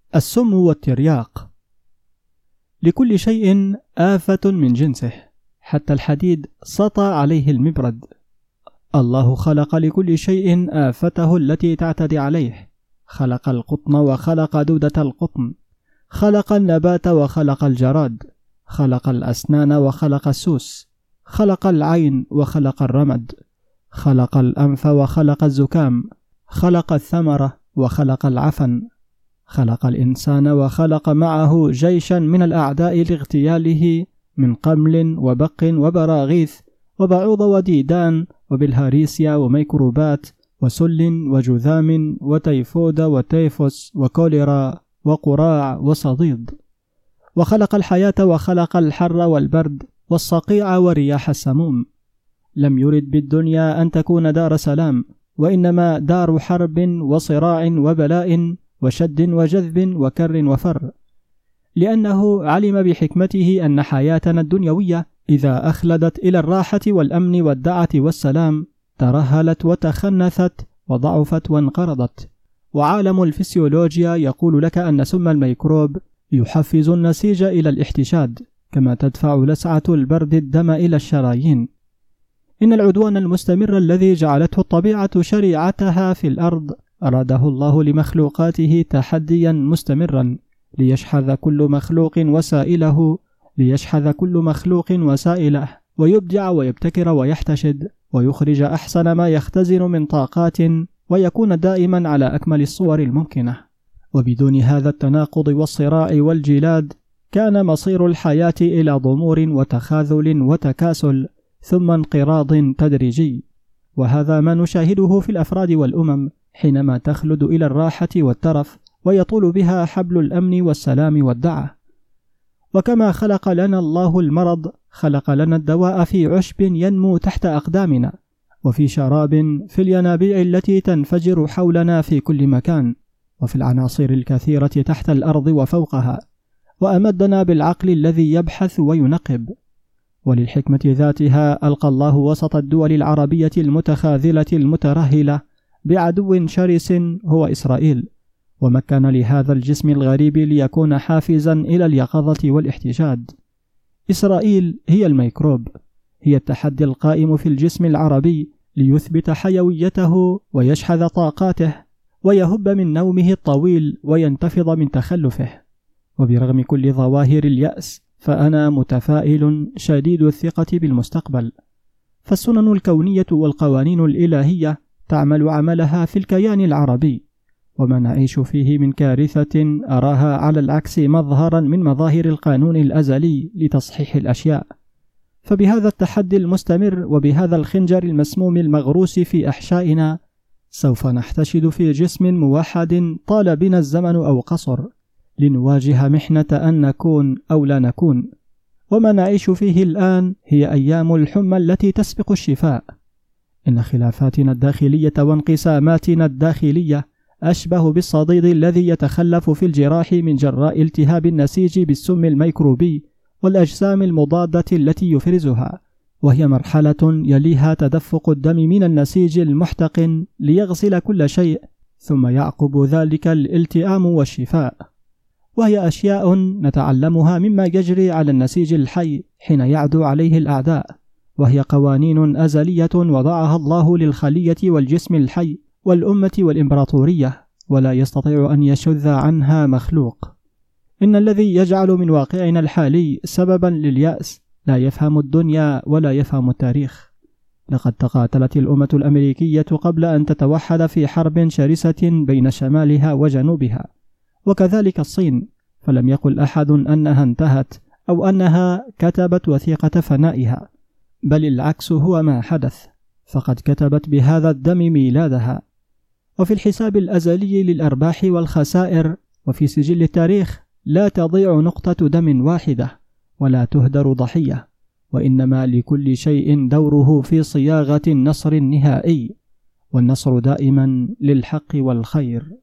السم والترياق. لكل شيء آفة من جنسه، حتى الحديد سطى عليه المبرد. الله خلق لكل شيء آفته التي تعتدي عليه. خلق القطن وخلق دودة القطن، خلق النبات وخلق الجراد، خلق الأسنان وخلق السوس، خلق العين وخلق الرمد، خلق الأنف وخلق الزكام، خلق الثمرة وخلق العفن، خلق الإنسان وخلق معه جيشا من الأعداء لاغتياله من قمل وبق وبراغيث وبعوض وديدان وبلهارسيا وميكروبات وسل وجذام وتيفود وتيفوس وكوليرا وقراع وصديد. وخلق الحياة وخلق الحر والبرد والصقيع ورياح السموم. لم يرد بالدنيا أن تكون دار سلام، وإنما دار حرب وصراع وبلاء وشد وجذب وكر وفر، لأنه علم بحكمته أن حياتنا الدنيوية إذا أخلدت إلى الراحة والأمن والدعة والسلام ترهلت وتخنثت وضعفت وانقرضت. وعالم الفسيولوجيا يقول لك أن سم الميكروب يحفز النسيج إلى الاحتشاد، كما تدفع لسعة البرد الدم إلى الشرايين. إن العدوان المستمر الذي جعلته الطبيعة شريعتها في الأرض أراده الله لمخلوقاته تحديا مستمرا، ليشحذ كل مخلوق وسائله ويبدع ويبتكر ويحتشد ويخرج أحسن ما يختزن من طاقات، ويكون دائما على أكمل الصور الممكنة. وبدون هذا التناقض والصراع والجلاد كان مصير الحياة إلى ضمور وتخاذل وتكاسل ثم انقراض تدريجي. وهذا ما نشاهده في الأفراد والأمم حينما تخلد إلى الراحة والترف ويطول بها حبل الأمن والسلام والدعة. وكما خلق لنا الله المرض خلق لنا الدواء في عشب ينمو تحت أقدامنا، وفي شراب في الينابيع التي تنفجر حولنا في كل مكان، وفي العناصر الكثيرة تحت الأرض وفوقها، وأمدنا بالعقل الذي يبحث وينقب. وللحكمة ذاتها ألقى الله وسط الدول العربية المتخاذلة المترهلة بعدو شرس هو إسرائيل، ومكن لهذا الجسم الغريب ليكون حافزا إلى اليقظة والاحتشاد. إسرائيل هي الميكروب، هي التحدي القائم في الجسم العربي ليثبت حيويته ويشحذ طاقاته ويهب من نومه الطويل وينتفض من تخلفه. وبرغم كل ظواهر اليأس فأنا متفائل شديد الثقة بالمستقبل، فالسنن الكونية والقوانين الإلهية تعمل عملها في الكيان العربي، وما نعيش فيه من كارثة أراها على العكس مظهرا من مظاهر القانون الأزلي لتصحيح الأشياء. فبهذا التحدي المستمر وبهذا الخنجر المسموم المغروس في أحشائنا سوف نحتشد في جسم موحد طال بنا الزمن أو قصر، لنواجه محنة أن نكون أو لا نكون. وما نعيش فيه الآن هي أيام الحمى التي تسبق الشفاء. إن خلافاتنا الداخلية وانقساماتنا الداخلية أشبه بالصديد الذي يتخلف في الجراح من جراء التهاب النسيج بالسم الميكروبي والأجسام المضادة التي يفرزها، وهي مرحلة يليها تدفق الدم من النسيج المحتقن ليغسل كل شيء، ثم يعقب ذلك الالتئام والشفاء. وهي أشياء نتعلمها مما يجري على النسيج الحي حين يعدو عليه الأعداء، وهي قوانين أزلية وضعها الله للخلية والجسم الحي والأمة والإمبراطورية، ولا يستطيع أن يشذ عنها مخلوق. إن الذي يجعل من واقعنا الحالي سببا لليأس لا يفهم الدنيا ولا يفهم التاريخ. لقد تقاتلت الأمة الأمريكية قبل أن تتوحد في حرب شرسة بين شمالها وجنوبها، وكذلك الصين، فلم يقل أحد أنها انتهت أو أنها كتبت وثيقة فنائها، بل العكس هو ما حدث، فقد كتبت بهذا الدم ميلادها. وفي الحساب الأزلي للأرباح والخسائر وفي سجل التاريخ لا تضيع نقطة دم واحدة ولا تهدر ضحية، وإنما لكل شيء دوره في صياغة النصر النهائي، والنصر دائما للحق والخير.